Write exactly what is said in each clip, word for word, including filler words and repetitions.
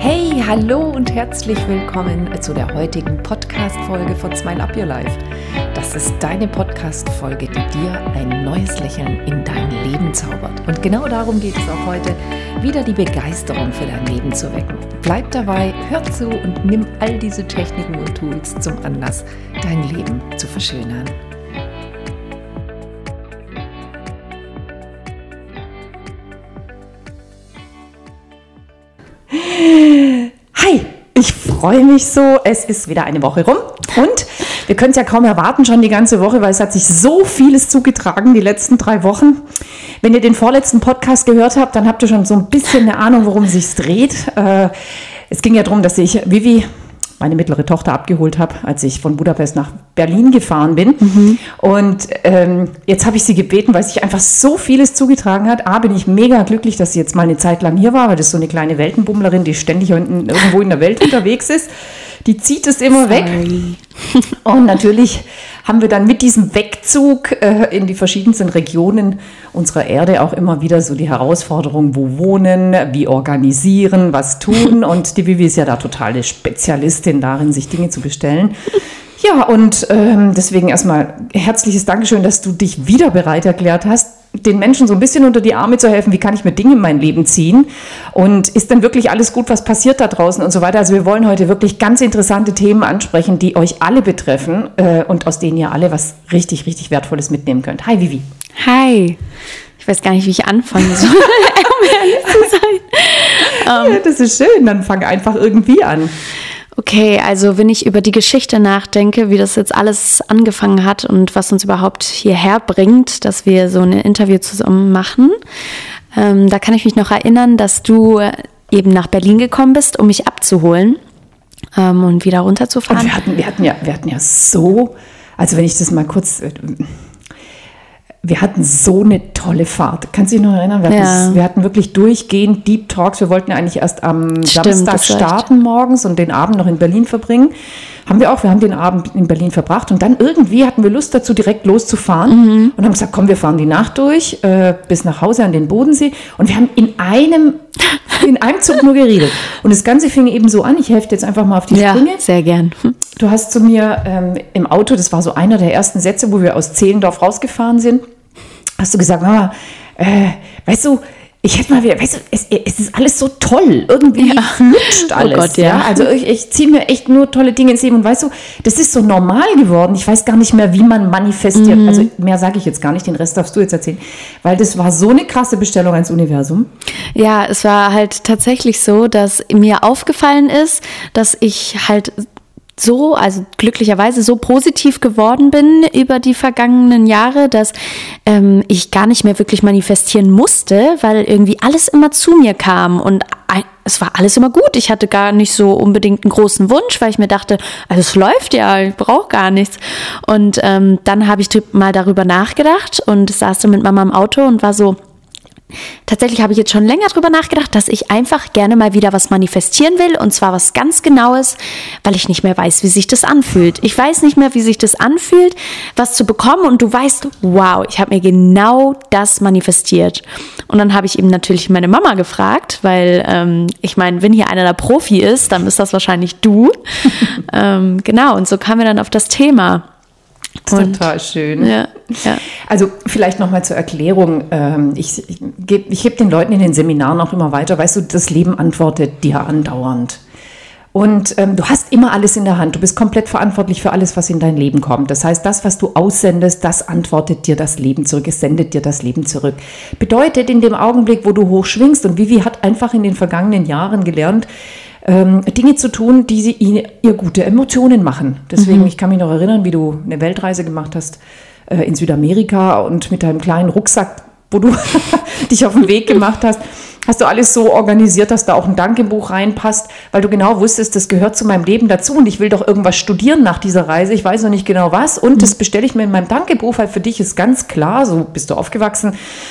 Hey, hallo und herzlich willkommen zu der heutigen Podcast-Folge von Smile Up Your Life. Das ist deine Podcast-Folge, die dir ein neues Lächeln in dein Leben zaubert. Und genau darum geht es auch heute, wieder die Begeisterung für dein Leben zu wecken. Bleib dabei, hör zu und nimm all diese Techniken und Tools zum Anlass, dein Leben zu verschönern. Hi, ich freue mich so. Es ist wieder eine Woche rum und wir können es ja kaum erwarten, schon die ganze Woche, weil es hat sich so vieles zugetragen die letzten drei Wochen. Wenn ihr den vorletzten Podcast gehört habt, dann habt ihr schon so ein bisschen eine Ahnung, worum es sich dreht. Äh, es ging ja darum, dass ich Vivi, meine mittlere Tochter, abgeholt habe, als ich von Budapest nach Berlin gefahren bin. Mhm. Und ähm, jetzt habe ich sie gebeten, weil sich einfach so vieles zugetragen hat. A, bin ich mega glücklich, dass sie jetzt mal eine Zeit lang hier war, weil das ist so eine kleine Weltenbummlerin, die ständig irgendwo in der Welt unterwegs ist. Die zieht es immer Sorry. weg. Und natürlich haben wir dann mit diesem Wegzug äh, in die verschiedensten Regionen unserer Erde auch immer wieder so die Herausforderung, wo wohnen, wie organisieren, was tun. Und die Vivi ist ja da totale Spezialistin darin, sich Dinge zu bestellen. Ja, und ähm, deswegen erstmal herzliches Dankeschön, dass du dich wieder bereit erklärt hast, den Menschen so ein bisschen unter die Arme zu helfen, wie kann ich mir Dinge in mein Leben ziehen und ist denn wirklich alles gut, was passiert da draußen und so weiter. Also wir wollen heute wirklich ganz interessante Themen ansprechen, die euch alle betreffen äh, und aus denen ihr alle was richtig, richtig Wertvolles mitnehmen könnt. Hi Vivi. Hi. Ich weiß gar nicht, wie ich anfangen soll, um ehrlich zu sein. Um, ja, das ist schön, dann fang einfach irgendwie an. Okay, also wenn ich über die Geschichte nachdenke, wie das jetzt alles angefangen hat und was uns überhaupt hierher bringt, dass wir so ein Interview zusammen machen, ähm, da kann ich mich noch erinnern, dass du eben nach Berlin gekommen bist, um mich abzuholen ähm, und wieder runterzufahren. Und wir hatten, wir hatten ja, wir hatten ja so, also wenn ich das mal kurz... Wir hatten so eine tolle Fahrt. Kannst du dich noch erinnern? Wir, ja. hatten, wir hatten wirklich durchgehend Deep Talks. Wir wollten eigentlich erst am Stimmt, Samstag starten morgens und den Abend noch in Berlin verbringen. Haben wir auch. Wir haben den Abend in Berlin verbracht und dann irgendwie hatten wir Lust dazu, direkt loszufahren mhm. und haben gesagt, komm, wir fahren die Nacht durch äh, bis nach Hause an den Bodensee. Und wir haben in einem, in einem Zug nur geredet. Und das Ganze fing eben so an. Ich helfe dir jetzt einfach mal auf die Sprünge. Ja, sehr gern. Du hast zu mir ähm, im Auto, das war so einer der ersten Sätze, wo wir aus Zehlendorf rausgefahren sind, hast du gesagt, Mama, äh, weißt du, ich hätte mal wieder, weißt du, es, es ist alles so toll, irgendwie ja. flutscht alles. Oh Gott, ja. ja. Also ich, ich ziehe mir echt nur tolle Dinge ins Leben und weißt du, das ist so normal geworden. Ich weiß gar nicht mehr, wie man manifestiert. Mhm. Also mehr sage ich jetzt gar nicht, den Rest darfst du jetzt erzählen, weil das war so eine krasse Bestellung ans Universum. Ja, es war halt tatsächlich so, dass mir aufgefallen ist, dass ich halt so, also glücklicherweise so positiv geworden bin über die vergangenen Jahre, dass ähm, ich gar nicht mehr wirklich manifestieren musste, weil irgendwie alles immer zu mir kam und ein, es war alles immer gut. Ich hatte gar nicht so unbedingt einen großen Wunsch, weil ich mir dachte, also es läuft ja, ich brauche gar nichts. Und ähm, dann habe ich mal darüber nachgedacht und saß dann mit Mama im Auto und war so, tatsächlich habe ich jetzt schon länger drüber nachgedacht, dass ich einfach gerne mal wieder was manifestieren will und zwar was ganz Genaues, weil ich nicht mehr weiß, wie sich das anfühlt. Ich weiß nicht mehr, wie sich das anfühlt, was zu bekommen und du weißt, wow, ich habe mir genau das manifestiert. Und dann habe ich eben natürlich meine Mama gefragt, weil ähm, ich meine, wenn hier einer der Profi ist, dann ist das wahrscheinlich du. ähm, genau, und so kamen wir dann auf das Thema. Total schön. Ja, ja. Also vielleicht nochmal zur Erklärung. Ich, ich gebe ich geb den Leuten in den Seminaren auch immer weiter. Weißt du, das Leben antwortet dir andauernd. Und ähm, du hast immer alles in der Hand. Du bist komplett verantwortlich für alles, was in dein Leben kommt. Das heißt, das, was du aussendest, das antwortet dir das Leben zurück. Es sendet dir das Leben zurück. Bedeutet, in dem Augenblick, wo du hochschwingst, und Vivi hat einfach in den vergangenen Jahren gelernt, Ähm, Dinge zu tun, die sie ihr, ihr gute Emotionen machen. Deswegen, mhm. ich kann mich noch erinnern, wie du eine Weltreise gemacht hast äh, in Südamerika und mit deinem kleinen Rucksack, wo du dich auf den Weg gemacht hast, hast du alles so organisiert, dass da auch ein Dankebuch reinpasst, weil du genau wusstest, das gehört zu meinem Leben dazu und ich will doch irgendwas studieren nach dieser Reise. Ich weiß noch nicht genau was und mhm. das bestelle ich mir in meinem Dankebuch, weil für dich ist ganz klar, so bist du aufgewachsen,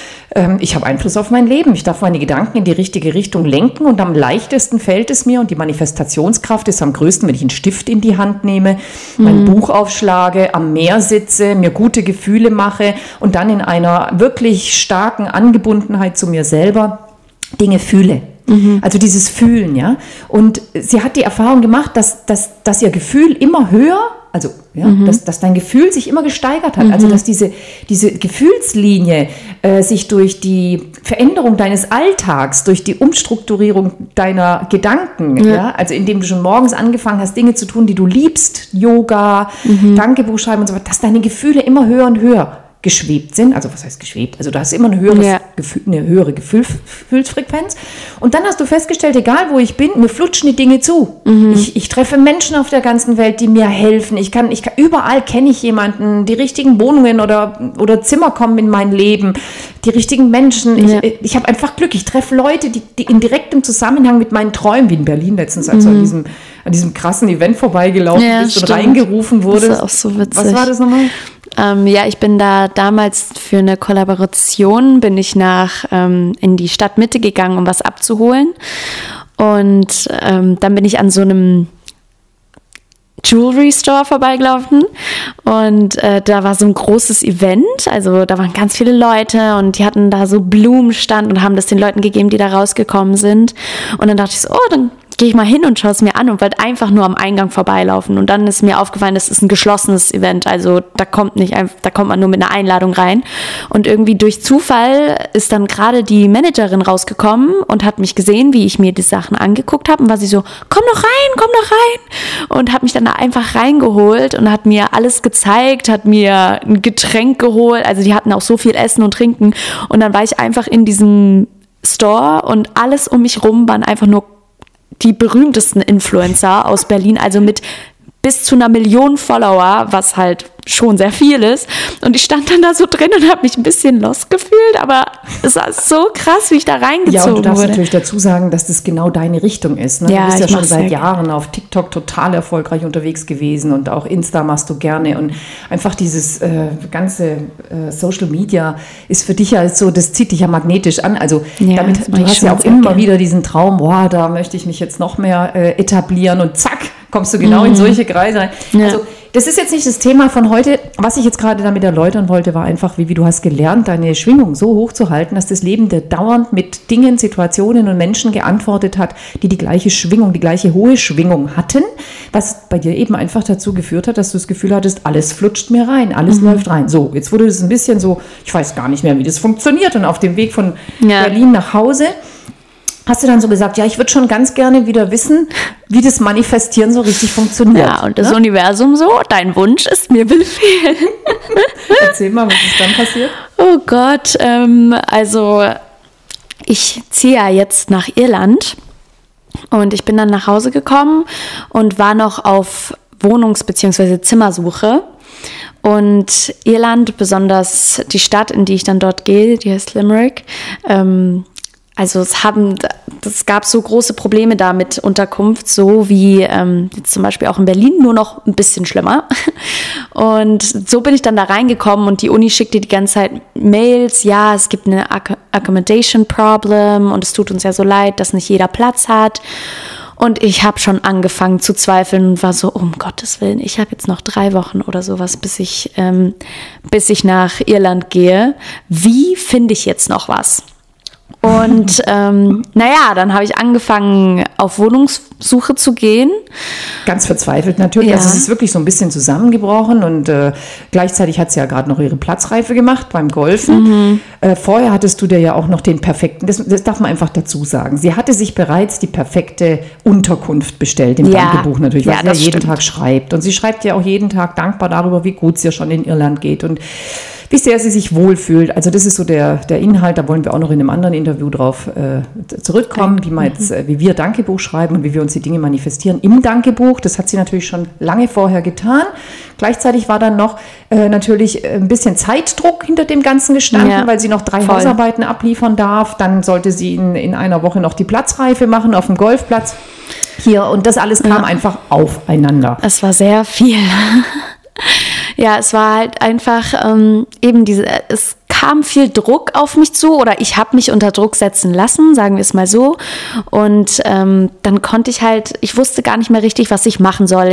ich habe Einfluss auf mein Leben. Ich darf meine Gedanken in die richtige Richtung lenken und am leichtesten fällt es mir und die Manifestationskraft ist am größten, wenn ich einen Stift in die Hand nehme, mein mhm. Buch aufschlage, am Meer sitze, mir gute Gefühle mache und dann in einer wirklich starken Angebundenheit zu mir selber Dinge fühle. Mhm. Also dieses Fühlen, ja. Und sie hat die Erfahrung gemacht, dass, dass, dass ihr Gefühl immer höher, also ja, mhm. dass, dass dein Gefühl sich immer gesteigert hat. Mhm. Also dass diese, diese Gefühlslinie äh, sich durch die Veränderung deines Alltags, durch die Umstrukturierung deiner Gedanken, ja. Ja, also indem du schon morgens angefangen hast, Dinge zu tun, die du liebst, Yoga, mhm. Tagebuch schreiben und so weiter, dass deine Gefühle immer höher und höher geschwebt sind, also was heißt geschwebt, also du hast immer ein höheres ja. Gefühl, eine höhere Gefühl, Gefühlsfrequenz und dann hast du festgestellt, egal wo ich bin, mir flutschen die Dinge zu. Mhm. Ich, ich treffe Menschen auf der ganzen Welt, die mir helfen, ich kann, ich kann überall kenne ich jemanden, die richtigen Wohnungen oder, oder Zimmer kommen in mein Leben, die richtigen Menschen, ja. ich, ich habe einfach Glück, ich treffe Leute, die, die in direktem Zusammenhang mit meinen Träumen, wie in Berlin letztens, als mhm. du an diesem, an diesem krassen Event vorbeigelaufen ja, bist stimmt. und reingerufen wurdest. Das ist auch so witzig. Was war das nochmal? Ähm, ja, ich bin da damals für eine Kollaboration, bin ich nach ähm, in die Stadtmitte gegangen, um was abzuholen. Und ähm, dann bin ich an so einem Jewelry Store vorbeigelaufen und äh, da war so ein großes Event, also da waren ganz viele Leute und die hatten da so Blumenstand und haben das den Leuten gegeben, die da rausgekommen sind. Und dann dachte ich so, oh, dann gehe ich mal hin und schaue es mir an und wollte einfach nur am Eingang vorbeilaufen. Und dann ist mir aufgefallen, das ist ein geschlossenes Event, also da kommt nicht, da kommt man nur mit einer Einladung rein. Und irgendwie durch Zufall ist dann gerade die Managerin rausgekommen und hat mich gesehen, wie ich mir die Sachen angeguckt habe und war sie so, komm doch rein, komm doch rein. Und hat mich dann da einfach reingeholt und hat mir alles gezeigt, hat mir ein Getränk geholt. Also die hatten auch so viel Essen und Trinken. Und dann war ich einfach in diesem Store und alles um mich rum waren einfach nur die berühmtesten Influencer aus Berlin, also mit bis zu einer Million Follower, was halt schon sehr viel ist. Und ich stand dann da so drin und habe mich ein bisschen lost gefühlt, aber es war so krass, wie ich da reingezogen wurde. Ja, und du darfst wurde. natürlich dazu sagen, dass das genau deine Richtung ist. Ne? Ja, du bist ja schon seit ja Jahren auf TikTok total erfolgreich unterwegs gewesen und auch Insta machst du gerne. Und einfach dieses äh, ganze äh, Social Media ist für dich ja so, das zieht dich ja magnetisch an. Also ja, damit, du hast ja auch immer gern. wieder diesen Traum, boah, da möchte ich mich jetzt noch mehr äh, etablieren und zack, kommst du genau mhm. in solche Kreise rein. Ja. Also das ist jetzt nicht das Thema von heute. Was ich jetzt gerade damit erläutern wollte, war einfach, wie, wie du hast gelernt, deine Schwingung so hoch zu halten, dass das Leben dir dauernd mit Dingen, Situationen und Menschen geantwortet hat, die die gleiche Schwingung, die gleiche hohe Schwingung hatten, was bei dir eben einfach dazu geführt hat, dass du das Gefühl hattest, alles flutscht mir rein, alles mhm. läuft rein. So, jetzt wurde das ein bisschen so, ich weiß gar nicht mehr, wie das funktioniert. Und auf dem Weg von ja. Berlin nach Hause hast du dann so gesagt, ja, ich würde schon ganz gerne wieder wissen, wie das Manifestieren so richtig funktioniert. Ja, und das ne? Universum so, dein Wunsch ist mir Befehl. Erzähl mal, was ist dann passiert? Oh Gott, ähm, also ich ziehe ja jetzt nach Irland und ich bin dann nach Hause gekommen und war noch auf Wohnungs- bzw. Zimmersuche. Und Irland, besonders die Stadt, in die ich dann dort gehe, die heißt Limerick, ähm, also es haben, es gab so große Probleme da mit Unterkunft, so wie ähm, jetzt zum Beispiel auch in Berlin, nur noch ein bisschen schlimmer. Und so bin ich dann da reingekommen und die Uni schickte die ganze Zeit Mails, ja, es gibt eine Accommodation Problem und es tut uns ja so leid, dass nicht jeder Platz hat. Und ich habe schon angefangen zu zweifeln und war so, um Gottes Willen, ich habe jetzt noch drei Wochen oder sowas, bis ich, ähm, bis ich nach Irland gehe. Wie finde ich jetzt noch was? Und ähm, naja, dann habe ich angefangen, auf Wohnungssuche zu gehen. Ganz verzweifelt natürlich. Ja. Also es ist wirklich so ein bisschen zusammengebrochen und äh, gleichzeitig hat sie ja gerade noch ihre Platzreife gemacht beim Golfen. Mhm. Äh, vorher hattest du dir ja auch noch den perfekten, das, das darf man einfach dazu sagen, sie hatte sich bereits die perfekte Unterkunft bestellt, im ja. Tagebuch natürlich, weil ja, sie ja jeden stimmt. Tag schreibt. Und sie schreibt ja auch jeden Tag dankbar darüber, wie gut es ihr schon in Irland geht und wie sehr sie sich wohlfühlt. Also das ist so der, der Inhalt, da wollen wir auch noch in einem anderen Interview drauf äh, zurückkommen, wie, man jetzt, äh, wie wir Dankebuch schreiben und wie wir uns die Dinge manifestieren im Dankebuch. Das hat sie natürlich schon lange vorher getan. Gleichzeitig war dann noch äh, natürlich ein bisschen Zeitdruck hinter dem Ganzen gestanden, ja, weil sie noch drei voll. Hausarbeiten abliefern darf. Dann sollte sie in, in einer Woche noch die Platzreife machen auf dem Golfplatz hier. Und das alles kam ja. einfach aufeinander. Es war sehr viel. Ja, es war halt einfach ähm, eben diese, es kam viel Druck auf mich zu oder ich habe mich unter Druck setzen lassen, sagen wir es mal so. Und ähm, dann konnte ich halt, ich wusste gar nicht mehr richtig, was ich machen soll. Ich habe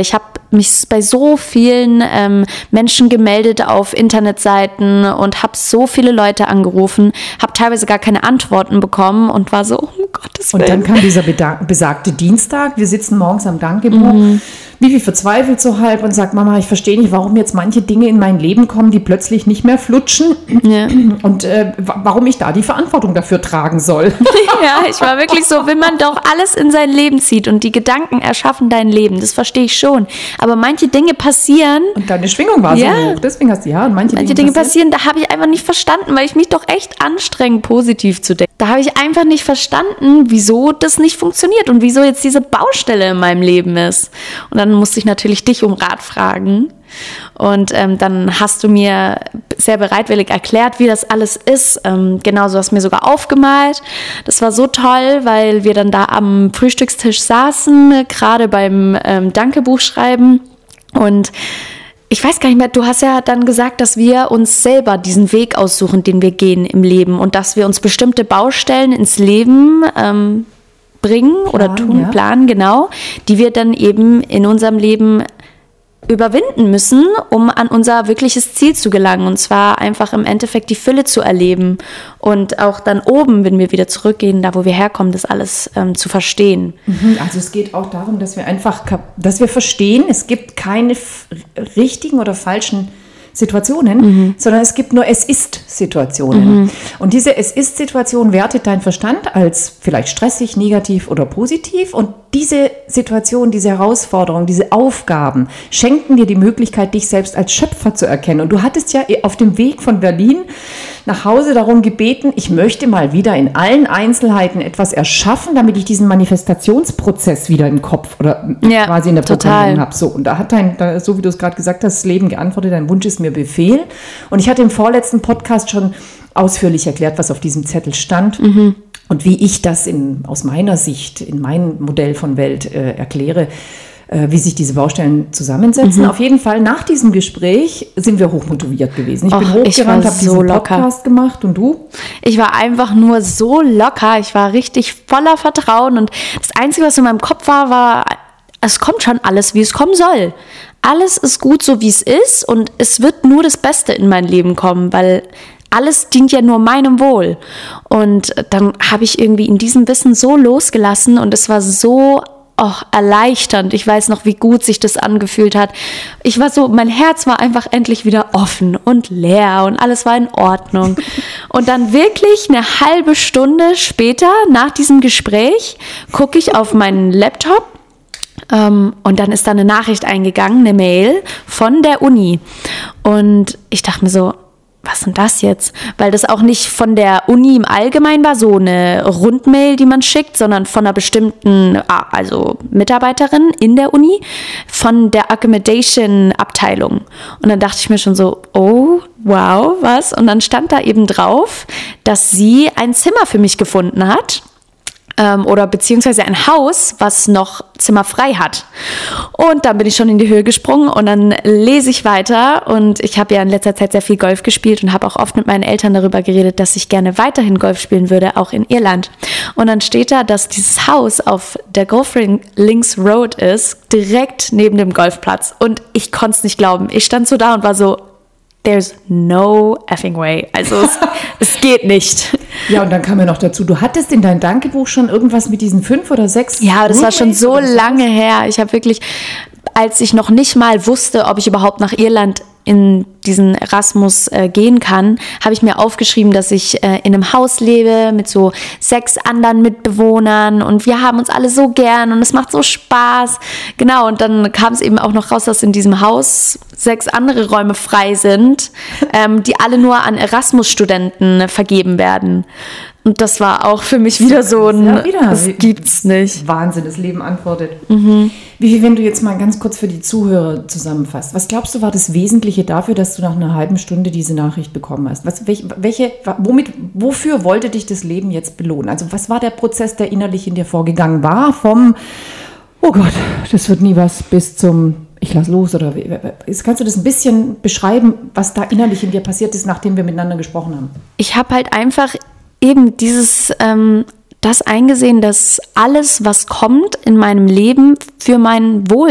mich bei so vielen ähm, Menschen gemeldet auf Internetseiten und habe so viele Leute angerufen, habe teilweise gar keine Antworten bekommen und war so, um Gottes Willen. Und dann kam dieser beda- besagte Dienstag, wir sitzen morgens am Dankgebet, mhm. Vivi verzweifelt so halb und sagt, Mama, ich verstehe nicht, warum jetzt manche Dinge in mein Leben kommen, die plötzlich nicht mehr flutschen ja. und äh, warum ich da die Verantwortung dafür tragen soll. Ja, ich war wirklich so, wenn man doch alles in sein Leben zieht und die Gedanken erschaffen dein Leben, das verstehe ich schon, aber manche Dinge passieren. Und deine Schwingung war ja, so hoch, deswegen hast du, ja, und manche, manche Dinge, Dinge passieren, da habe ich einfach nicht verstanden, weil ich mich doch echt anstrenge, positiv zu denken. Da habe ich einfach nicht verstanden, wieso das nicht funktioniert und wieso jetzt diese Baustelle in meinem Leben ist. Und dann musste ich natürlich dich um Rat fragen. Und ähm, dann hast du mir sehr bereitwillig erklärt, wie das alles ist. Ähm, genauso hast du mir sogar aufgemalt. Das war so toll, weil wir dann da am Frühstückstisch saßen, gerade beim ähm, Dankebuch schreiben. Und ich weiß gar nicht mehr, du hast ja dann gesagt, dass wir uns selber diesen Weg aussuchen, den wir gehen im Leben und dass wir uns bestimmte Baustellen ins Leben ähm, bringen Plan, oder tun, ja. planen, genau, die wir dann eben in unserem Leben überwinden müssen, um an unser wirkliches Ziel zu gelangen, und zwar einfach im Endeffekt die Fülle zu erleben und auch dann oben, wenn wir wieder zurückgehen, da wo wir herkommen, das alles ähm, zu verstehen. Also es geht auch darum, dass wir einfach, dass wir verstehen, es gibt keine f- richtigen oder falschen Situationen, mhm. sondern es gibt nur Es-Ist-Situationen. Mhm. Und diese Es-Ist-Situation wertet dein Verstand als vielleicht stressig, negativ oder positiv. Und diese Situation, diese Herausforderung, diese Aufgaben schenken dir die Möglichkeit, dich selbst als Schöpfer zu erkennen. Und du hattest ja auf dem Weg von Berlin nach Hause darum gebeten, ich möchte mal wieder in allen Einzelheiten etwas erschaffen, damit ich diesen Manifestationsprozess wieder im Kopf oder ja, quasi in der Programmierung habe. So, und da hat dein, da, so wie du es gerade gesagt hast, das Leben geantwortet, dein Wunsch ist mir Befehl. Und ich hatte im vorletzten Podcast schon ausführlich erklärt, was auf diesem Zettel stand. Mhm. Und wie ich das in, aus meiner Sicht, in meinem Modell von Welt äh, erkläre, äh, wie sich diese Baustellen zusammensetzen. Mhm. Auf jeden Fall, nach diesem Gespräch sind wir hochmotiviert gewesen. Ich Och, bin hochgerannt, habe diesen so Podcast gemacht. Und du? Ich war einfach nur so locker. Ich war richtig voller Vertrauen. Und das Einzige, was in meinem Kopf war, war, es kommt schon alles, wie es kommen soll. Alles ist gut, so wie es ist. Und es wird nur das Beste in mein Leben kommen, weil alles dient ja nur meinem Wohl. Und dann habe ich irgendwie in diesem Wissen so losgelassen und es war so oh, erleichternd. Ich weiß noch, wie gut sich das angefühlt hat. Ich war so, mein Herz war einfach endlich wieder offen und leer und alles war in Ordnung. Und dann wirklich eine halbe Stunde später, nach diesem Gespräch, gucke ich auf meinen Laptop ähm, und dann ist da eine Nachricht eingegangen, eine Mail von der Uni. Und ich dachte mir so, was ist denn das jetzt? Weil das auch nicht von der Uni im Allgemeinen war, so eine Rundmail, die man schickt, sondern von einer bestimmten, also Mitarbeiterin in der Uni, von der Accommodation-Abteilung. Und dann dachte ich mir schon so, oh, wow, was? Und dann stand da eben drauf, dass sie ein Zimmer für mich gefunden hat. Oder beziehungsweise ein Haus, was noch Zimmer frei hat. Und dann bin ich schon in die Höhe gesprungen und dann lese ich weiter. Und ich habe ja in letzter Zeit sehr viel Golf gespielt und habe auch oft mit meinen Eltern darüber geredet, dass ich gerne weiterhin Golf spielen würde, auch in Irland. Und dann steht da, dass dieses Haus auf der Golf Links Road ist, direkt neben dem Golfplatz. Und ich konnte es nicht glauben. Ich stand so da und war so, there's no effing way. Also es, es geht nicht. Ja, und dann kam ja noch dazu, du hattest in deinem Dankebuch schon irgendwas mit diesen fünf oder sechs Ja, das war schon so lange her. Ich habe wirklich, als ich noch nicht mal wusste, ob ich überhaupt nach Irland in diesen Erasmus äh, gehen kann, habe ich mir aufgeschrieben, dass ich äh, in einem Haus lebe mit so sechs anderen Mitbewohnern und wir haben uns alle so gern und es macht so Spaß. Genau, und dann kam es eben auch noch raus, dass in diesem Haus sechs andere Räume frei sind, ähm, die alle nur an Erasmus-Studenten vergeben werden. Und das war auch für mich wieder so ein, ja, wieder. Das gibt's nicht. Wahnsinn, das Leben antwortet. Mhm. Wie, wenn du jetzt mal ganz kurz für die Zuhörer zusammenfasst, was glaubst du, war das Wesentliche dafür, dass du nach einer halben Stunde diese Nachricht bekommen hast? Was, welche, welche, womit, wofür wollte dich das Leben jetzt belohnen? Also was war der Prozess, der innerlich in dir vorgegangen war, vom, oh Gott, das wird nie was, bis zum, ich lass los, oder kannst du das ein bisschen beschreiben, was da innerlich in dir passiert ist, nachdem wir miteinander gesprochen haben? Ich habe halt einfach eben dieses, ähm, das eingesehen, dass alles, was kommt in meinem Leben, für mein Wohl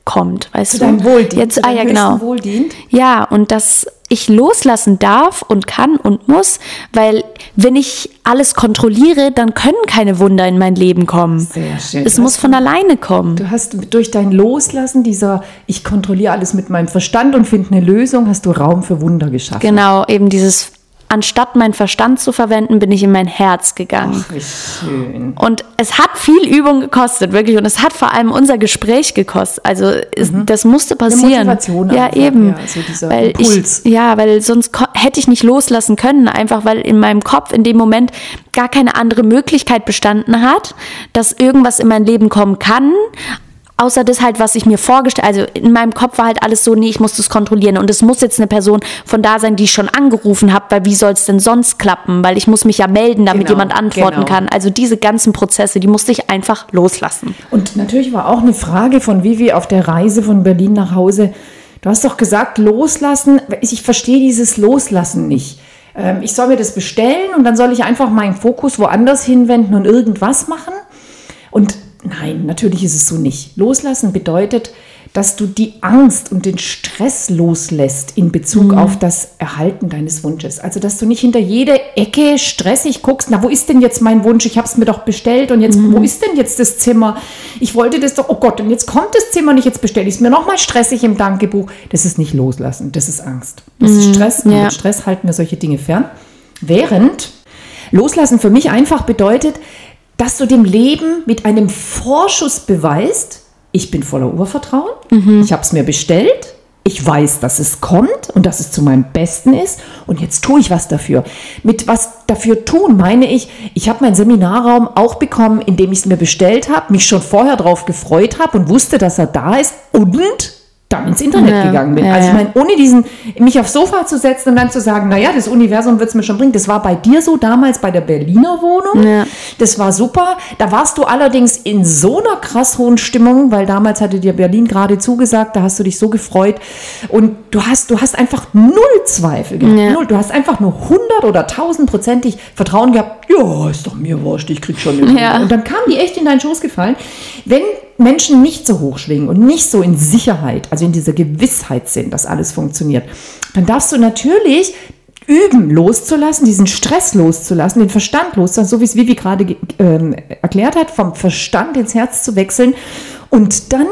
kommt, weißt zu du? deinem Wohl dient, Jetzt, zu ah, deinem ja, genau. höchsten Wohl dient. Ja, und dass ich loslassen darf und kann und muss, weil wenn ich alles kontrolliere, dann können keine Wunder in mein Leben kommen. Sehr schön. Es Du muss hast von von- alleine kommen. Du hast durch dein Loslassen dieser, ich kontrolliere alles mit meinem Verstand und finde eine Lösung, hast du Raum für Wunder geschaffen. Genau, eben dieses, anstatt meinen Verstand zu verwenden, bin ich in mein Herz gegangen. Ach, wie schön. Und es hat viel Übung gekostet, wirklich. Und es hat vor allem unser Gespräch gekostet. Also es, das musste passieren. Motivation ja, einfach, eben. ja, so dieser weil Impuls. Ich, ja, weil sonst ko- hätte ich nicht loslassen können. Einfach weil in meinem Kopf in dem Moment gar keine andere Möglichkeit bestanden hat, dass irgendwas in mein Leben kommen kann. Außer das halt, was ich mir vorgestellt, also in meinem Kopf war halt alles so, nee, ich muss das kontrollieren und es muss jetzt eine Person von da sein, die ich schon angerufen habe, weil wie soll es denn sonst klappen? Weil ich muss mich ja melden, damit Genau, jemand antworten genau. kann. Also diese ganzen Prozesse, die musste ich einfach loslassen. Und natürlich war auch eine Frage von Vivi auf der Reise von Berlin nach Hause. Du hast doch gesagt, loslassen. Ich, ich verstehe dieses Loslassen nicht. Ähm, ich soll mir das bestellen und dann soll ich einfach meinen Fokus woanders hinwenden und irgendwas machen. Und nein, natürlich ist es so nicht. Loslassen bedeutet, dass du die Angst und den Stress loslässt in Bezug Mhm. auf das Erhalten deines Wunsches. Also, dass du nicht hinter jede Ecke stressig guckst, na, wo ist denn jetzt mein Wunsch? Ich habe es mir doch bestellt und jetzt, Mhm. wo ist denn jetzt das Zimmer? Ich wollte das doch, oh Gott, und jetzt kommt das Zimmer nicht, jetzt bestelle ich es mir nochmal stressig im Dankebuch. Das ist nicht Loslassen, das ist Angst. Das ist Stress und ja. mit Stress halten wir solche Dinge fern. Während Loslassen für mich einfach bedeutet, dass du dem Leben mit einem Vorschuss beweist, ich bin voller Urvertrauen, Mhm. ich habe es mir bestellt, ich weiß, dass es kommt und dass es zu meinem Besten ist und jetzt tue ich was dafür. Mit was dafür tun meine ich, ich habe meinen Seminarraum auch bekommen, indem ich es mir bestellt habe, mich schon vorher drauf gefreut habe und wusste, dass er da ist und dann ins Internet Ja, gegangen bin. ja, Also ich ja. meine, ohne diesen, mich aufs Sofa zu setzen und dann zu sagen, naja, das Universum wird es mir schon bringen. Das war bei dir so damals bei der Berliner Wohnung. Ja. Das war super. Da warst du allerdings in so einer krass hohen Stimmung, weil damals hatte dir Berlin gerade zugesagt, da hast du dich so gefreut. Und du hast, du hast einfach null Zweifel gehabt. Ja. Null. Du hast einfach nur hundert oder tausendprozentig Vertrauen gehabt. Ja, ist doch mir wurscht, ich krieg schon eine Ja. Wohnung. Und dann kamen die echt in deinen Schoß gefallen. Wenn Menschen nicht so hoch schwingen und nicht so in Sicherheit, also in dieser Gewissheit sind, dass alles funktioniert, dann darfst du natürlich üben, loszulassen, diesen Stress loszulassen, den Verstand loszulassen, so wie es Vivi gerade ge- ähm, erklärt hat, vom Verstand ins Herz zu wechseln und dann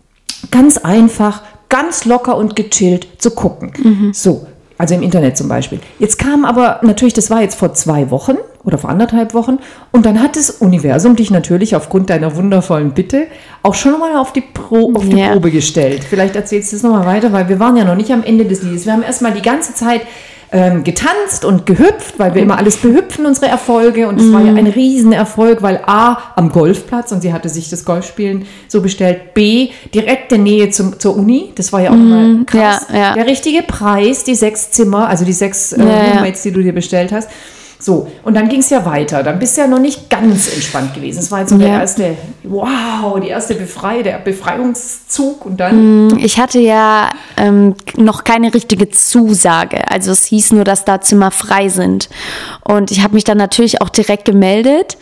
ganz einfach, ganz locker und gechillt zu gucken. So, also im Internet zum Beispiel. Jetzt kam aber natürlich, das war jetzt vor zwei Wochen oder vor anderthalb Wochen und dann hat das Universum dich natürlich aufgrund deiner wundervollen Bitte auch schon mal auf die, Pro, auf die Ja. Probe gestellt. Vielleicht erzählst du es nochmal weiter, weil wir waren ja noch nicht am Ende des Liedes. Wir haben erstmal die ganze Zeit ähm, getanzt und gehüpft, weil wir immer alles behüpfen, unsere Erfolge. Und es war ja ein Riesenerfolg, weil A, am Golfplatz, und sie hatte sich das Golfspielen so bestellt, B, direkte Nähe zum, zur Uni, das war ja auch immer krass. ja, ja. Der richtige Preis, die sechs Zimmer, also die sechs äh, Ja, ja. Roommates, die du dir bestellt hast. So, und dann ging es ja weiter. Dann bist du ja noch nicht ganz entspannt gewesen. Es war jetzt so der Ja. erste, wow, die erste Befrei, der Befreiungszug. Und dann Ich hatte ja ähm, noch keine richtige Zusage. Also es hieß nur, dass da Zimmer frei sind. Und ich habe mich dann natürlich auch direkt gemeldet.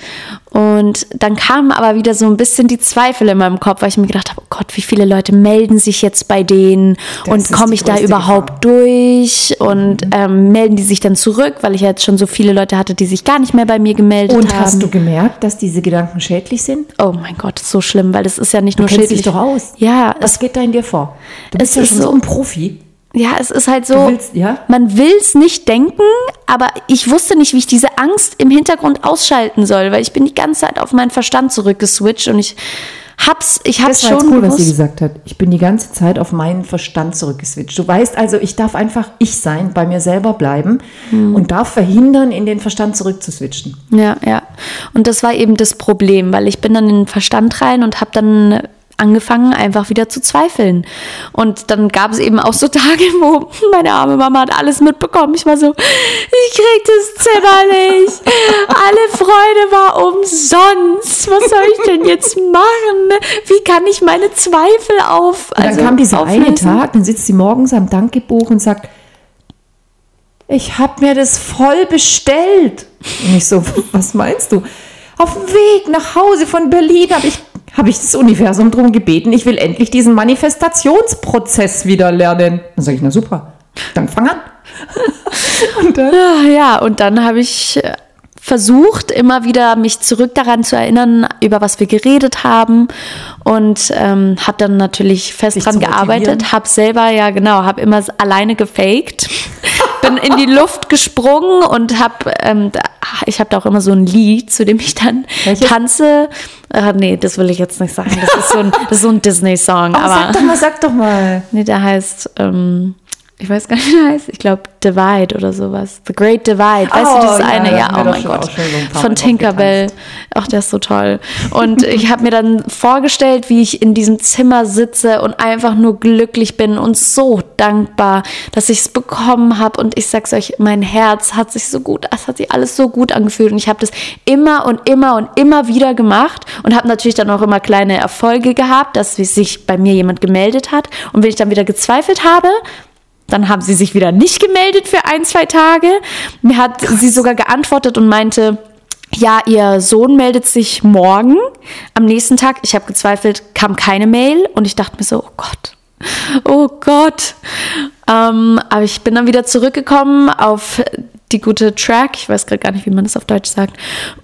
Und dann kamen aber wieder so ein bisschen die Zweifel in meinem Kopf, weil ich mir gedacht habe, oh Gott, wie viele Leute melden sich jetzt bei denen? Das Und ist komme die ich da größte überhaupt Gefahr. durch? Und ähm, melden die sich dann zurück, weil ich ja jetzt schon so viele Leute hatte, die sich gar nicht mehr bei mir gemeldet Und haben. hast du gemerkt, dass diese Gedanken schädlich sind? Oh mein Gott, ist so schlimm, weil das ist ja nicht nur Du kennst schädlich. dich doch aus. Ja, Was es, geht da in dir vor? Du bist Es ja ist schon so- so ein Profi. ja, es ist halt so, Du willst- ja? man will es nicht denken, aber ich wusste nicht, wie ich diese Angst im Hintergrund ausschalten soll, weil ich bin die ganze Zeit auf meinen Verstand zurückgeswitcht und ich hab's, ich hab's Das war jetzt schon cool, was sie gewusst. gesagt hat. Ich bin die ganze Zeit auf meinen Verstand zurückgeswitcht. Du weißt also, ich darf einfach ich sein, bei mir selber bleiben Hm. und darf verhindern, in den Verstand zurückzuswitchen. Ja, ja. Und das war eben das Problem, weil ich bin dann in den Verstand rein und habe dann angefangen, einfach wieder zu zweifeln. Und dann gab es eben auch so Tage, wo meine arme Mama hat alles mitbekommen. Ich war so, ich krieg das Zimmer nicht. Alle Freude war umsonst. Was soll ich denn jetzt machen? Wie kann ich meine Zweifel auf? Und dann also kam dieser eine auflösen? Tag, dann sitzt sie morgens am Dankebuch und sagt, ich habe mir das voll bestellt. Und ich so, was meinst du? Auf dem Weg nach Hause von Berlin habe ich habe ich das Universum darum gebeten, ich will endlich diesen Manifestationsprozess wieder lernen. Dann sage ich, na super, dann fang an. Und dann? Ja, und dann habe ich versucht, immer wieder mich zurück daran zu erinnern, über was wir geredet haben und ähm, habe dann natürlich fest Dich dran gearbeitet, habe selber, ja genau, habe immer alleine gefaked, bin in die Luft gesprungen und habe, ähm, ich habe da auch immer so ein Lied, zu dem ich dann Welches? tanze. Äh, nee, das will ich jetzt nicht sagen, das ist so ein, das ist so ein Disney-Song. Oh, aber sag doch mal, sag doch mal. Nee, der heißt... Ähm, ich weiß gar nicht, wie der heißt. Ich glaube, Divide oder sowas. The Great Divide. Weißt oh, du, das ja, eine? Ja, oh mein Gott. So von Tinkerbell. Ach, der ist so toll. Und ich habe mir dann vorgestellt, wie ich in diesem Zimmer sitze und einfach nur glücklich bin und so dankbar, dass ich es bekommen habe. Und ich sag's euch, mein Herz hat sich so gut, es hat sich alles so gut angefühlt. Und ich habe das immer und immer und immer wieder gemacht und habe natürlich dann auch immer kleine Erfolge gehabt, dass sich bei mir jemand gemeldet hat. Und wenn ich dann wieder gezweifelt habe, dann haben sie sich wieder nicht gemeldet für ein, zwei Tage. Mir hat Krass. sie sogar geantwortet und meinte, ja, ihr Sohn meldet sich morgen. Am nächsten Tag, ich habe gezweifelt, kam keine Mail. Und ich dachte mir so, oh Gott, oh Gott. Ähm, aber ich bin dann wieder zurückgekommen auf die gute Track. Ich weiß gerade gar nicht, wie man das auf Deutsch sagt.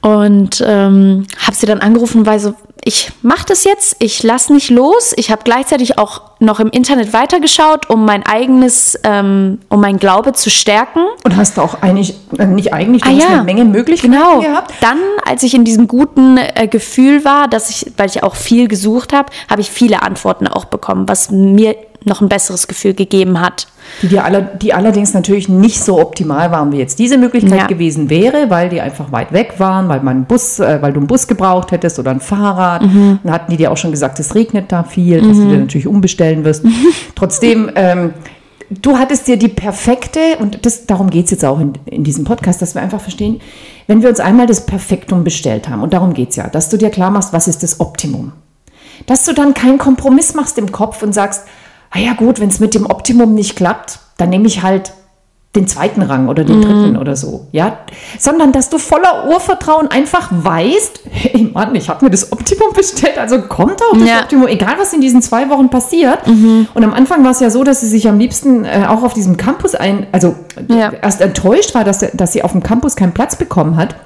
Und ähm, habe sie dann angerufen, weil so, ich mache das jetzt, ich lasse nicht los. Ich habe gleichzeitig auch noch im Internet weitergeschaut, um mein eigenes, ähm, um mein Glaube zu stärken. Und hast du auch eigentlich, äh, nicht eigentlich, du ah, hast ja. eine Menge Möglichkeiten genau. gehabt. Dann, als ich in diesem guten äh, Gefühl war, dass ich, weil ich auch viel gesucht habe, habe ich viele Antworten auch bekommen, was mir noch ein besseres Gefühl gegeben hat. Die, die, aller, die allerdings natürlich nicht so optimal waren, wie jetzt diese Möglichkeit ja. gewesen wäre, weil die einfach weit weg waren, weil, man einen Bus, äh, weil du einen Bus gebraucht hättest oder ein Fahrrad. Mhm. Dann hatten die dir auch schon gesagt, es regnet da viel, dass mhm. du dir natürlich umbestellen wirst. Mhm. Trotzdem, ähm, du hattest dir die perfekte, und das, darum geht es jetzt auch in, in diesem Podcast, dass wir einfach verstehen, wenn wir uns einmal das Perfektum bestellt haben, und darum geht es ja, dass du dir klar machst, was ist das Optimum. Dass du dann keinen Kompromiss machst im Kopf und sagst, ah ja gut, wenn es mit dem Optimum nicht klappt, dann nehme ich halt den zweiten Rang oder den mm. dritten oder so, ja, sondern dass du voller Urvertrauen einfach weißt, hey Mann, ich habe mir das Optimum bestellt, also kommt auch das ja. Optimum, egal was in diesen zwei Wochen passiert. Mhm. Und am Anfang war es ja so, dass sie sich am liebsten äh, auch auf diesem Campus ein, also ja. erst enttäuscht war, dass, dass sie auf dem Campus keinen Platz bekommen hat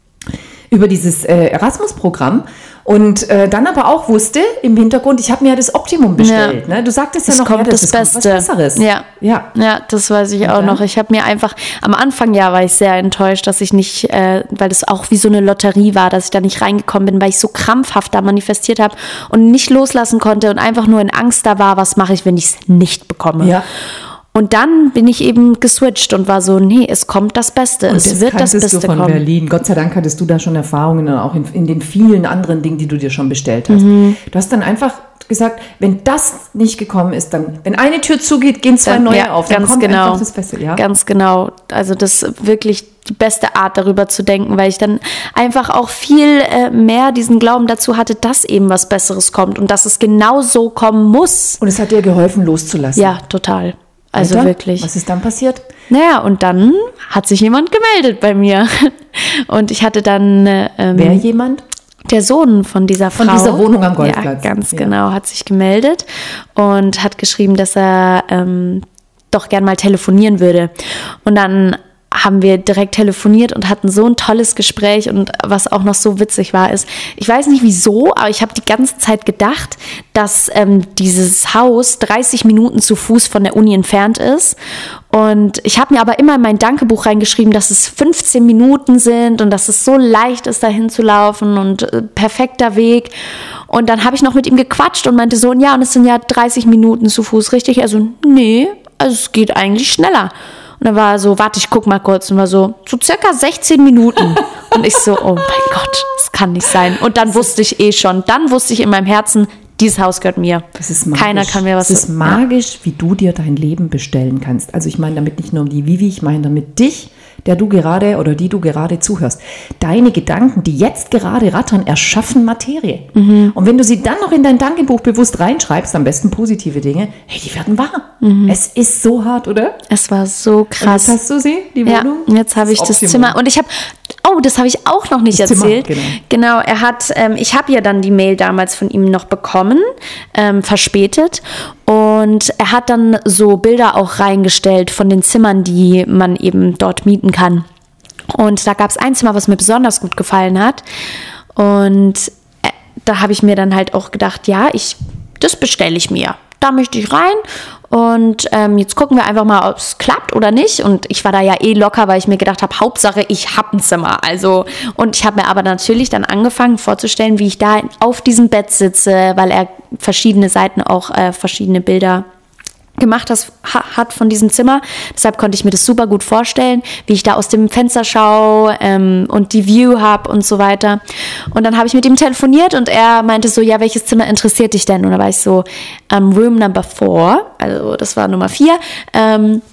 über dieses äh, Erasmus-Programm. Und äh, dann aber auch wusste im Hintergrund, ich habe mir ja das Optimum bestellt. Ja. Ne? Du sagtest ja es noch, kommt ja, das, das Beste. Kommt was Besseres. Ja. Ja. ja, das weiß ich und auch dann? noch. Ich habe mir einfach, am Anfang ja war ich sehr enttäuscht, dass ich nicht, äh, weil das auch wie so eine Lotterie war, dass ich da nicht reingekommen bin, weil ich so krampfhaft da manifestiert habe und nicht loslassen konnte und einfach nur in Angst da war, was mache ich, wenn ich es nicht bekomme. Ja. Und dann bin ich eben geswitcht und war so, nee, es kommt das Beste, und es wird das Beste du von kommen. Berlin. Gott sei Dank hattest du da schon Erfahrungen, auch in, in den vielen anderen Dingen, die du dir schon bestellt hast. Mhm. Du hast dann einfach gesagt, wenn das nicht gekommen ist, dann, wenn eine Tür zugeht, gehen zwei dann, neue ja, auf. Dann kommt genau. einfach das Beste. Ja? Ganz genau. Also das ist wirklich die beste Art, darüber zu denken, weil ich dann einfach auch viel äh, mehr diesen Glauben dazu hatte, dass eben was Besseres kommt und dass es genau so kommen muss. Und es hat dir geholfen, loszulassen. Ja, total. Also Alter, wirklich. Was ist dann passiert? Naja, und dann hat sich jemand gemeldet bei mir. Und ich hatte dann... Ähm, Wer jemand? Der Sohn von dieser Frau. Von dieser Wohnung am Golfplatz. Ja, ganz ja. genau, hat sich gemeldet und hat geschrieben, dass er ähm, doch gern mal telefonieren würde. Und dann haben wir direkt telefoniert und hatten so ein tolles Gespräch, und was auch noch so witzig war, ist, ich weiß nicht wieso, aber ich habe die ganze Zeit gedacht, dass ähm, dieses Haus dreißig Minuten zu Fuß von der Uni entfernt ist, und ich habe mir aber immer in mein Dankebuch reingeschrieben, dass es fünfzehn Minuten sind und dass es so leicht ist, dahin zu laufen und äh, perfekter Weg. Und dann habe ich noch mit ihm gequatscht und meinte so, ja, und es sind ja dreißig Minuten zu Fuß, richtig? Also nee, also es geht eigentlich schneller. Und dann war er so, warte, ich guck mal kurz. Und war so, so circa sechzehn Minuten. Und ich so, oh mein Gott, das kann nicht sein. Und dann wusste ich eh schon, dann wusste ich in meinem Herzen, dieses Haus gehört mir. Das ist magisch. Keiner kann mir was sagen. Es ist magisch, wie du dir dein Leben bestellen kannst. Also ich meine damit nicht nur die Vivi, ich meine damit dich, der du gerade oder die du gerade zuhörst. Deine Gedanken, die jetzt gerade rattern, erschaffen Materie. Mhm. Und wenn du sie dann noch in dein Dankebuch bewusst reinschreibst, am besten positive Dinge, hey, die werden wahr. Mhm. Es ist so hart, oder? Es war so krass. Und jetzt hast du sie, die Wohnung? Ja, jetzt habe ich das, das Zimmer. Und ich habe Oh, das habe ich auch noch nicht das erzählt. Zimmer, genau. genau, er hat, ähm, ich habe ja dann die Mail damals von ihm noch bekommen, ähm, verspätet. Und er hat dann so Bilder auch reingestellt von den Zimmern, die man eben dort mieten kann. Und da gab es ein Zimmer, was mir besonders gut gefallen hat. Und äh, da habe ich mir dann halt auch gedacht, ja, ich, das bestelle ich mir. Da möchte ich rein. Und ähm, jetzt gucken wir einfach mal, ob es klappt oder nicht. Und ich war da ja eh locker, weil ich mir gedacht habe, Hauptsache, ich habe ein Zimmer. Also, und ich habe mir aber natürlich dann angefangen vorzustellen, wie ich da auf diesem Bett sitze, weil er verschiedene Seiten auch äh, verschiedene Bilder gemacht das, ha, hat von diesem Zimmer. Deshalb konnte ich mir das super gut vorstellen, wie ich da aus dem Fenster schaue ähm, und die View habe und so weiter. Und dann habe ich mit ihm telefoniert und er meinte so, ja, welches Zimmer interessiert dich denn? Und da war ich so, um, Room Number Four, also das war Nummer vier. Ähm,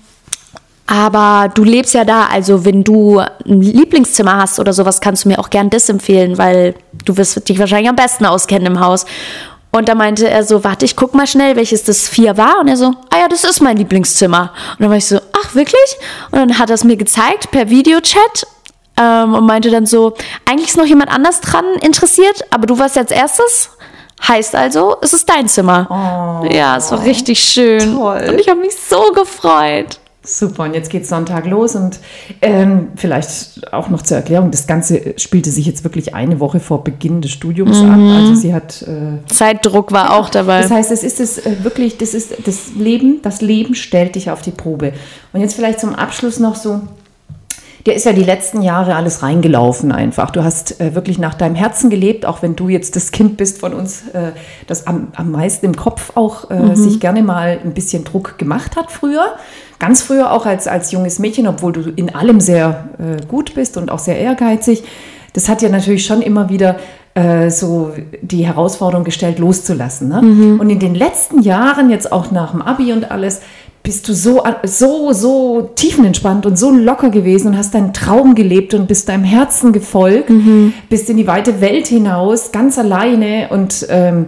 aber du lebst ja da, also wenn du ein Lieblingszimmer hast oder sowas, kannst du mir auch gern das empfehlen, weil du wirst dich wahrscheinlich am besten auskennen im Haus. Und da meinte er so, warte, ich guck mal schnell, welches das vier war. Und er so, ah ja, das ist mein Lieblingszimmer. Und dann war ich so, ach, wirklich? Und dann hat er es mir gezeigt per Videochat ähm, und meinte dann so, eigentlich ist noch jemand anders dran interessiert, aber du warst als erstes. Heißt also, es ist dein Zimmer. Oh, ja, es war richtig schön. Toll. Und ich habe mich so gefreut. Super, und jetzt geht Sonntag los und ähm, vielleicht auch noch zur Erklärung, das Ganze spielte sich jetzt wirklich eine Woche vor Beginn des Studiums mhm. ab, also sie hat... Äh, Zeitdruck war ja, auch dabei. Das heißt, es ist es äh, wirklich, das ist das Leben, das Leben stellt dich auf die Probe. Und jetzt vielleicht zum Abschluss noch so, dir ist ja die letzten Jahre alles reingelaufen einfach. Du hast äh, wirklich nach deinem Herzen gelebt, auch wenn du jetzt das Kind bist von uns, äh, das am, am meisten im Kopf auch äh, mhm. sich gerne mal ein bisschen Druck gemacht hat früher. Ganz früher auch als, als junges Mädchen, obwohl du in allem sehr äh, gut bist und auch sehr ehrgeizig. Das hat ja natürlich schon immer wieder äh, so die Herausforderung gestellt, loszulassen. Ne? Mhm. Und in den letzten Jahren, jetzt auch nach dem Abi und alles, bist du so, so, so tiefenentspannt und so locker gewesen und hast deinen Traum gelebt und bist deinem Herzen gefolgt, mhm. bist in die weite Welt hinaus, ganz alleine und ähm,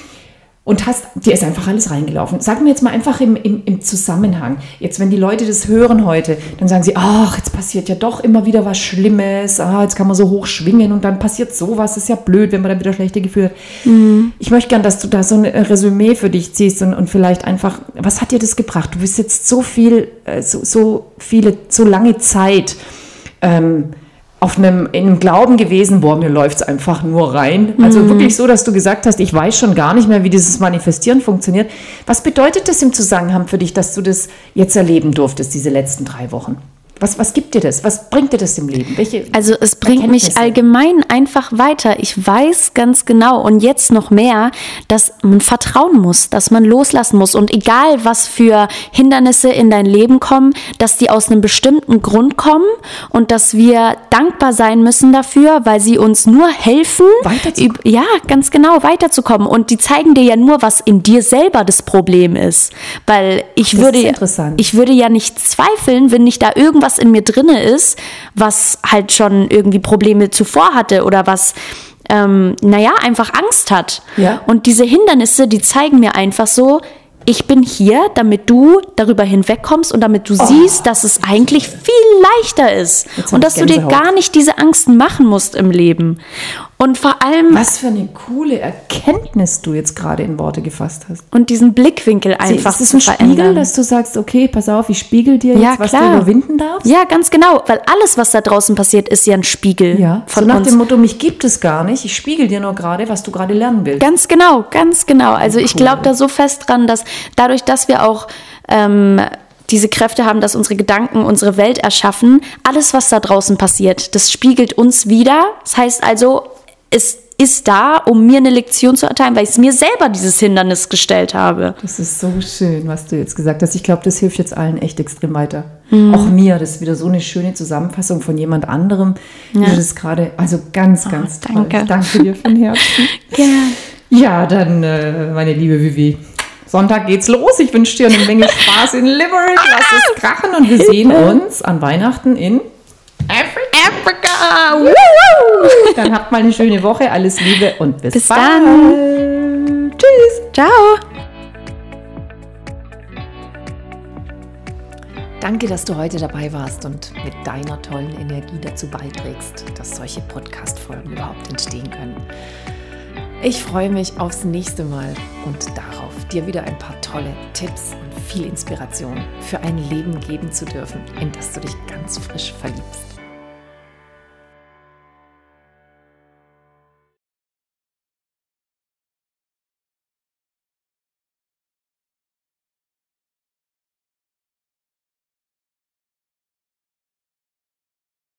Und hast, dir ist einfach alles reingelaufen. Sag mir jetzt mal einfach im, im, im Zusammenhang. Jetzt, wenn die Leute das hören heute, dann sagen sie, ach, jetzt passiert ja doch immer wieder was Schlimmes. Ah, jetzt kann man so hoch schwingen und dann passiert sowas. Das ist ja blöd, wenn man dann wieder schlechte Gefühle hat. Mhm. Ich möchte gern, dass du da so ein Resümee für dich ziehst und, und vielleicht einfach, was hat dir das gebracht? Du bist jetzt so viel, so, so viele, so lange Zeit ähm, auf einem, in einem Glauben gewesen, boah, mir läuft es einfach nur rein. Also mhm. wirklich so, dass du gesagt hast, ich weiß schon gar nicht mehr, wie dieses Manifestieren funktioniert. Was bedeutet das im Zusammenhang für dich, dass du das jetzt erleben durftest, diese letzten drei Wochen? Was, was gibt dir das? Was bringt dir das im Leben? Welche also es bringt mich allgemein einfach weiter. Ich weiß ganz genau und jetzt noch mehr, dass man vertrauen muss, dass man loslassen muss. Und egal, was für Hindernisse in dein Leben kommen, dass die aus einem bestimmten Grund kommen und dass wir dankbar sein müssen dafür, weil sie uns nur helfen, weiterzukommen. Ja, ganz genau, weiterzukommen. Und die zeigen dir ja nur, was in dir selber das Problem ist. Weil ich das würde, ist interessant. ich würde ja nicht zweifeln, wenn nicht da irgendwas was in mir drinne ist, was halt schon irgendwie Probleme zuvor hatte oder was, ähm, naja, einfach Angst hat. Ja. Und diese Hindernisse, die zeigen mir einfach so, ich bin hier, damit du darüber hinwegkommst und damit du oh, siehst, dass es eigentlich viel leichter ist und dass du dir gar nicht diese Angsten machen musst im Leben. Und vor allem... Was für eine coole Erkenntnis du jetzt gerade in Worte gefasst hast. Und diesen Blickwinkel einfach zu verändern. Ist es ein Spiegel, dass du sagst, okay, pass auf, ich spiegel dir jetzt, ja, was klar. du überwinden darfst? Ja, ganz genau, weil alles, was da draußen passiert, ist ja ein Spiegel ja. von so nach uns. dem Motto, mich gibt es gar nicht, ich spiegel dir nur gerade, was du gerade lernen willst. Ganz genau, ganz genau. Also cool. Ich glaube da so fest dran, dass dadurch, dass wir auch... Ähm, diese Kräfte haben, dass unsere Gedanken unsere Welt erschaffen. Alles, was da draußen passiert, das spiegelt uns wider. Das heißt also, es ist da, um mir eine Lektion zu erteilen, weil ich es mir selber dieses Hindernis gestellt habe. Das ist so schön, was du jetzt gesagt hast. Ich glaube, das hilft jetzt allen echt extrem weiter. Mhm. Auch mir, das ist wieder so eine schöne Zusammenfassung von jemand anderem. Ja. Das ist gerade, also ganz, ganz oh, toll. Danke. Danke dir von Herzen. Ja, ja dann, äh, meine liebe Vivi, Sonntag geht's los. Ich wünsche dir eine Menge Spaß in Limerick. Lass es krachen und wir sehen uns an Weihnachten in Afrika. Afrika. Woo! Dann habt mal eine schöne Woche. Alles Liebe und bis, bis bald. Dann. Tschüss. Ciao. Danke, dass du heute dabei warst und mit deiner tollen Energie dazu beiträgst, dass solche Podcast-Folgen überhaupt entstehen können. Ich freue mich aufs nächste Mal und darauf, dir wieder ein paar tolle Tipps und viel Inspiration für ein Leben geben zu dürfen, in das du dich ganz frisch verliebst.